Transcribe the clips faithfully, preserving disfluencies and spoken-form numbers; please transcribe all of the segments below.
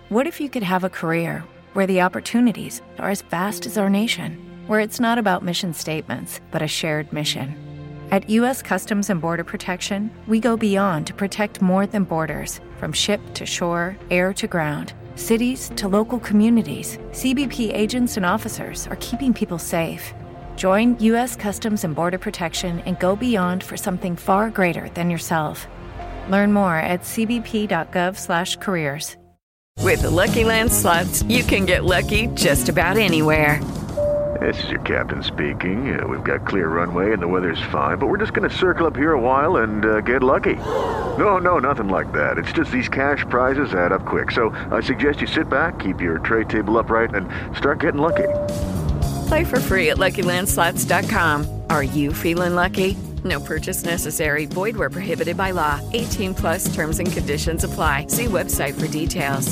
What if you could have a career where the opportunities are as vast as our nation, where it's not about mission statements, but a shared mission? At U S Customs and Border Protection, we go beyond to protect more than borders. From ship to shore, air to ground, cities to local communities, C B P agents and officers are keeping people safe. Join U S Customs and Border Protection and go beyond for something far greater than yourself. Learn more at c b p dot gov slash careers. With the Lucky Land Slots, you can get lucky just about anywhere. This is your captain speaking. Uh, we've got clear runway and the weather's fine, but we're just going to circle up here a while and uh, get lucky. No, no, nothing like that. It's just these cash prizes add up quick. So I suggest you sit back, keep your tray table upright, and start getting lucky. Play for free at lucky land slots dot com. Are you feeling lucky? No purchase necessary. Void where prohibited by law. eighteen plus terms and conditions apply. See website for details.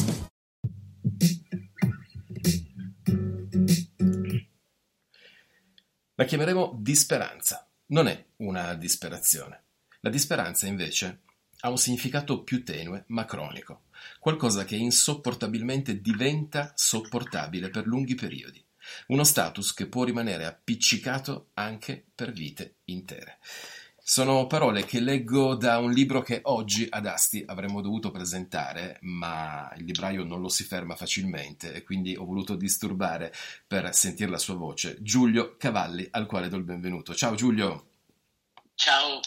La chiameremo disperanza. Non è una disperazione. La disperanza, invece, ha un significato più tenue, ma cronico. Qualcosa che insopportabilmente diventa sopportabile per lunghi periodi. Uno status che può rimanere appiccicato anche per vite intere. Sono parole che leggo da un libro che oggi ad Asti avremmo dovuto presentare, ma il libraio non lo si ferma facilmente e quindi ho voluto disturbare per sentire la sua voce. Giulio Cavalli, al quale do il benvenuto. Ciao Giulio. Ciao.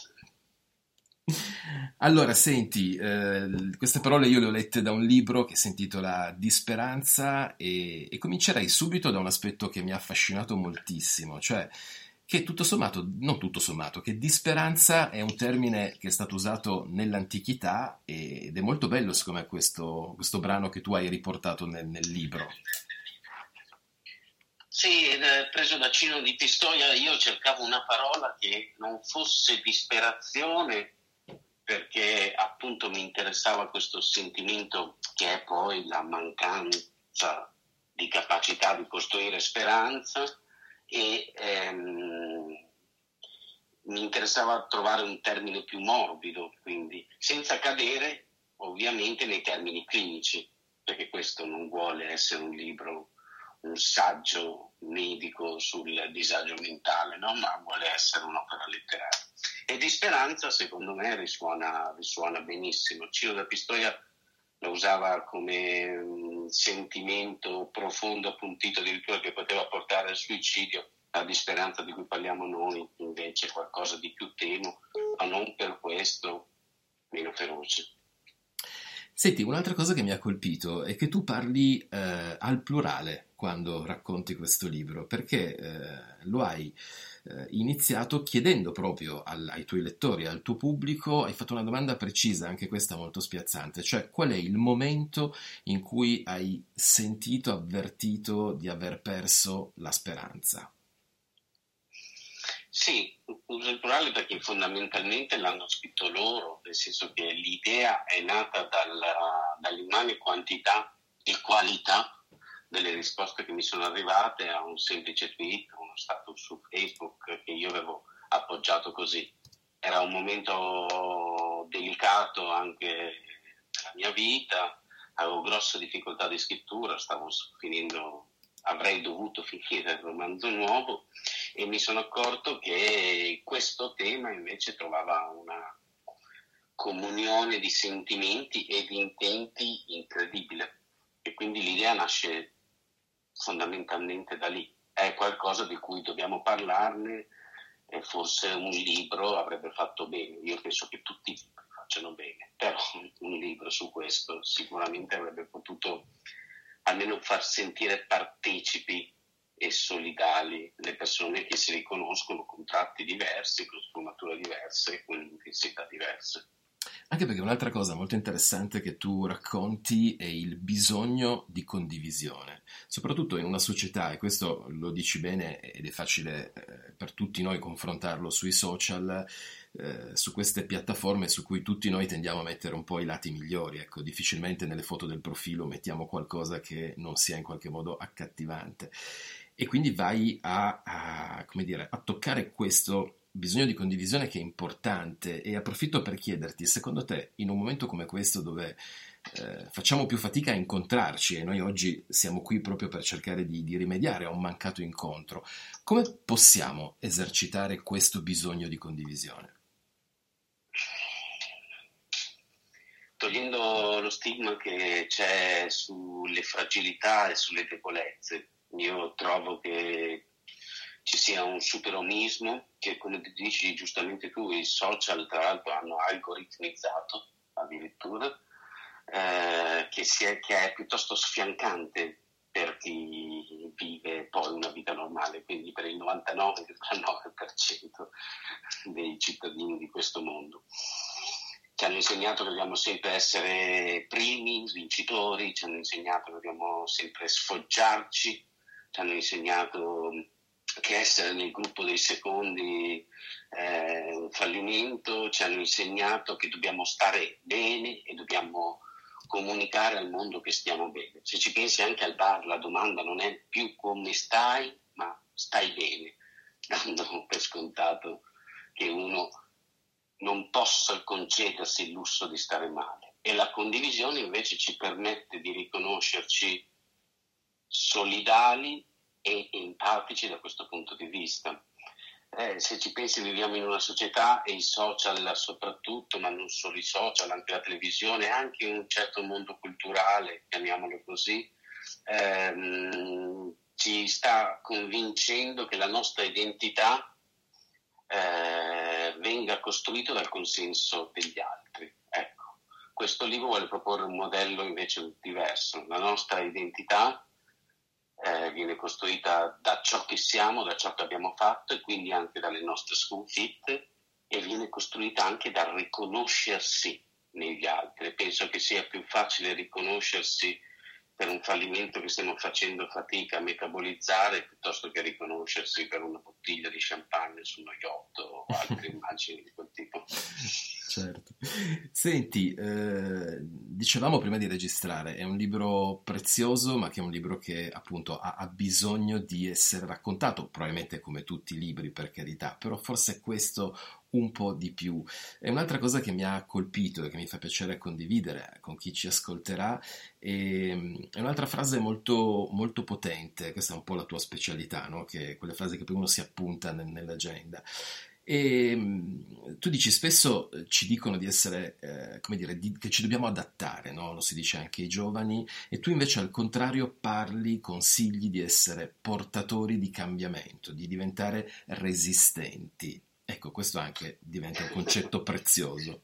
Allora, senti, eh, queste parole io le ho lette da un libro che si intitola Disperanza e, e comincerei subito da un aspetto che mi ha affascinato moltissimo, cioè che tutto sommato, non tutto sommato, che disperanza è un termine che è stato usato nell'antichità ed è molto bello secondo me questo, questo brano che tu hai riportato nel, nel libro. Sì, preso da Cino di Pistoia, io cercavo una parola che non fosse disperazione, perché appunto mi interessava questo sentimento che è poi la mancanza di capacità di costruire speranza e ehm, mi interessava trovare un termine più morbido, quindi senza cadere ovviamente nei termini clinici, perché questo non vuole essere un libro, un saggio medico sul disagio mentale, no? Ma vuole essere un'opera letteraria. E di speranza, secondo me, risuona, risuona benissimo. Ciro da Pistoia la usava come un sentimento profondo, appuntito, addirittura che poteva portare al suicidio. La disperanza di cui parliamo noi, invece, è qualcosa di più tenuo, ma non per questo meno feroce. Senti, un'altra cosa che mi ha colpito è che tu parli eh, al plurale quando racconti questo libro, perché eh, lo hai eh, iniziato chiedendo proprio al, ai tuoi lettori, al tuo pubblico, hai fatto una domanda precisa, anche questa molto spiazzante, cioè qual è il momento in cui hai sentito, avvertito di aver perso la speranza? Sì, uso il plurale perché fondamentalmente l'hanno scritto loro, nel senso che l'idea è nata dalla, dall'immane quantità e qualità delle risposte che mi sono arrivate a un semplice tweet, uno status su Facebook che io avevo appoggiato così. Era un momento delicato anche della mia vita, avevo grosse difficoltà di scrittura, stavo finendo, avrei dovuto finire il romanzo nuovo e mi sono accorto che questo tema invece trovava una comunione di sentimenti e di intenti incredibile e quindi l'idea nasce fondamentalmente da lì. È qualcosa di cui dobbiamo parlarne e forse un libro avrebbe fatto bene. Io penso che tutti i libri facciano bene, però un libro su questo sicuramente avrebbe potuto almeno far sentire partecipi e solidali le persone che si riconoscono con tratti diversi, con sfumature diverse, con intensità diverse. Anche perché un'altra cosa molto interessante che tu racconti è il bisogno di condivisione, soprattutto in una società, e questo lo dici bene ed è facile eh, per tutti noi confrontarlo sui social, eh, su queste piattaforme su cui tutti noi tendiamo a mettere un po' i lati migliori, ecco, difficilmente nelle foto del profilo mettiamo qualcosa che non sia in qualche modo accattivante. E quindi vai a, a, come dire, a toccare questo bisogno di condivisione che è importante e approfitto per chiederti, secondo te, in un momento come questo dove eh, facciamo più fatica a incontrarci e noi oggi siamo qui proprio per cercare di, di rimediare a un mancato incontro. Come possiamo esercitare questo bisogno di condivisione? Togliendo lo stigma che c'è sulle fragilità e sulle debolezze. Io trovo che ci sia un superomismo che, come dici giustamente tu, i social tra l'altro hanno algoritmizzato addirittura, eh, che, si è, che è piuttosto sfiancante per chi vive poi una vita normale, quindi per il novantanove virgola nove per cento dei cittadini di questo mondo. Ci hanno insegnato che dobbiamo sempre essere primi, vincitori, ci hanno insegnato che dobbiamo sempre sfoggiarci, ci hanno insegnato che essere nel gruppo dei secondi è un fallimento, ci hanno insegnato che dobbiamo stare bene e dobbiamo comunicare al mondo che stiamo bene. Se ci pensi anche al bar, la domanda non è più come stai, ma stai bene, dando per scontato che uno non possa concedersi il lusso di stare male. E la condivisione invece ci permette di riconoscerci solidali e empatici da questo punto di vista. Eh, se ci pensi, viviamo in una società e i social soprattutto, ma non solo i social, anche la televisione, anche un certo mondo culturale, chiamiamolo così, ehm, ci sta convincendo che la nostra identità Eh, venga costruito dal consenso degli altri. Ecco, questo libro vuole proporre un modello invece diverso. La nostra identità eh, viene costruita da ciò che siamo, da ciò che abbiamo fatto e quindi anche dalle nostre sconfitte, e viene costruita anche dal riconoscersi negli altri. Penso che sia più facile riconoscersi per un fallimento che stiamo facendo fatica a metabolizzare piuttosto che riconoscersi per una bottiglia di champagne su uno yacht o altre immagini di quel tipo. Certo. Senti, eh, dicevamo prima di registrare, è un libro prezioso, ma che è un libro che appunto ha, ha bisogno di essere raccontato, probabilmente come tutti i libri, per carità, però forse questo un po' di più. E un'altra cosa che mi ha colpito e che mi fa piacere condividere con chi ci ascolterà è, è un'altra frase molto, molto potente, questa è un po' la tua specialità, no? Che quelle frasi che poi uno si appunta nel, nell'agenda. E tu dici spesso, ci dicono di essere, eh, come dire, di, che ci dobbiamo adattare, no? Lo si dice anche ai giovani, e tu invece al contrario parli, consigli di essere portatori di cambiamento, di diventare resistenti. Ecco, questo anche diventa un concetto prezioso.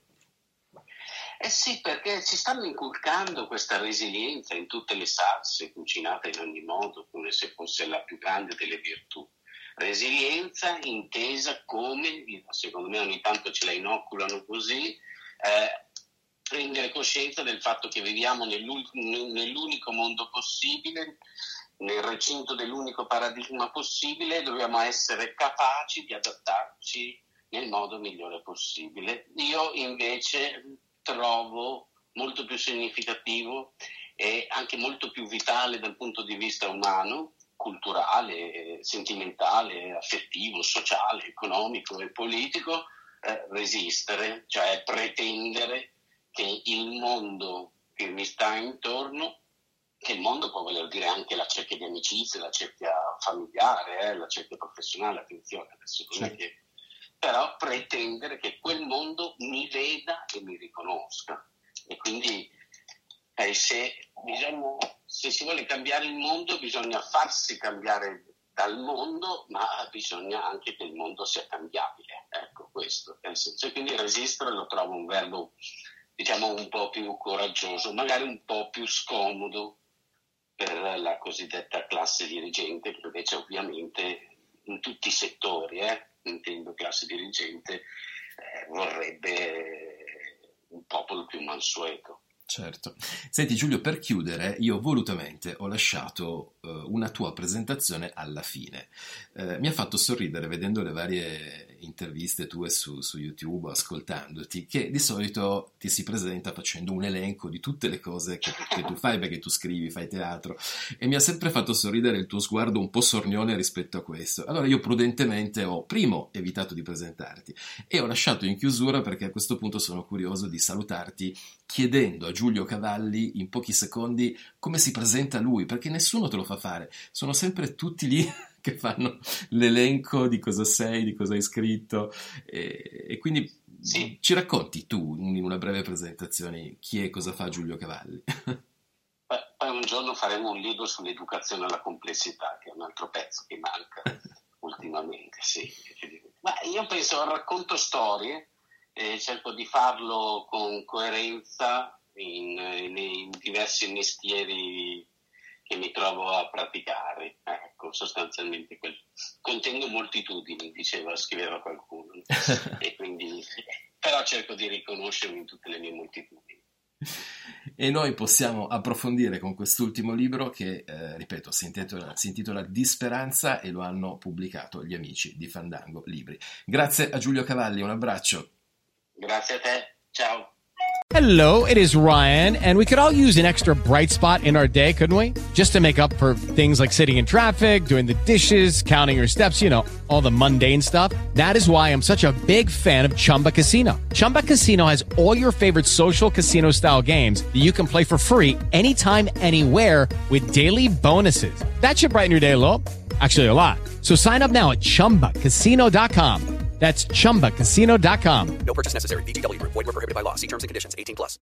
Eh sì, perché ci stanno inculcando questa resilienza in tutte le salse, cucinate in ogni modo, come se fosse la più grande delle virtù. Resilienza intesa come, secondo me ogni tanto ce la inoculano così, eh, prendere coscienza del fatto che viviamo nell'unico mondo possibile, nel recinto dell'unico paradigma possibile, dobbiamo essere capaci di adattarci nel modo migliore possibile. Io invece trovo molto più significativo e anche molto più vitale dal punto di vista umano, culturale, sentimentale, affettivo, sociale, economico e politico, eh, resistere, cioè pretendere che il mondo che mi sta intorno, che il mondo può voler dire anche la cerchia di amicizia, la cerchia familiare, eh, la cerchia professionale, attenzione, adesso non è che... però pretendere che quel mondo mi veda e mi riconosca. E quindi eh, se, bisogna, se si vuole cambiare il mondo bisogna farsi cambiare dal mondo, ma bisogna anche che il mondo sia cambiabile. Ecco questo. E quindi resistere lo trovo un verbo, diciamo, un po' più coraggioso, magari un po' più scomodo per la cosiddetta classe dirigente, che invece ovviamente in tutti i settori, eh, intendo classe dirigente, eh, vorrebbe un popolo più mansueto. Certo. Senti Giulio, per chiudere, io volutamente ho lasciato uh, una tua presentazione alla fine. Uh, mi ha fatto sorridere vedendo le varie interviste tue su, su YouTube, ascoltandoti, che di solito ti si presenta facendo un elenco di tutte le cose che, che tu fai, perché tu scrivi, fai teatro, e mi ha sempre fatto sorridere il tuo sguardo un po' sornione rispetto a questo. Allora io prudentemente ho, primo, evitato di presentarti e ho lasciato in chiusura, perché a questo punto sono curioso di salutarti chiedendo a Giulio Cavalli in pochi secondi come si presenta lui, perché nessuno te lo fa fare, sono sempre tutti lì che fanno l'elenco di cosa sei, di cosa hai scritto, e, e quindi sì. Ci racconti tu in una breve presentazione chi è, cosa fa Giulio Cavalli? Beh, poi un giorno faremo un libro sull'educazione alla complessità, che è un altro pezzo che manca ultimamente, sì. Ma io penso, racconto storie e cerco di farlo con coerenza in, in, in diversi mestieri che mi trovo a praticare. Ecco, sostanzialmente quel... contengo moltitudini, diceva, scriveva qualcuno, e quindi però cerco di riconoscermi in tutte le mie moltitudini. E noi possiamo approfondire con quest'ultimo libro che, eh, ripeto, si intitola, si intitola Disperanza, e lo hanno pubblicato gli amici di Fandango Libri. Grazie a Giulio Cavalli, un abbraccio. Grazie a te, ciao. Hello, it is Ryan, and we could all use an extra bright spot in our day, couldn't we? Just to make up for things like sitting in traffic, doing the dishes, counting your steps, you know, all the mundane stuff. That is why I'm such a big fan of Chumba Casino. Chumba Casino has all your favorite social casino-style games that you can play for free anytime, anywhere with daily bonuses. That should brighten your day a little. Actually, a lot. So sign up now at chumba casino dot com. That's chumba casino dot com. No purchase necessary. V G W Group. Void where prohibited by law. See terms and conditions. eighteen plus.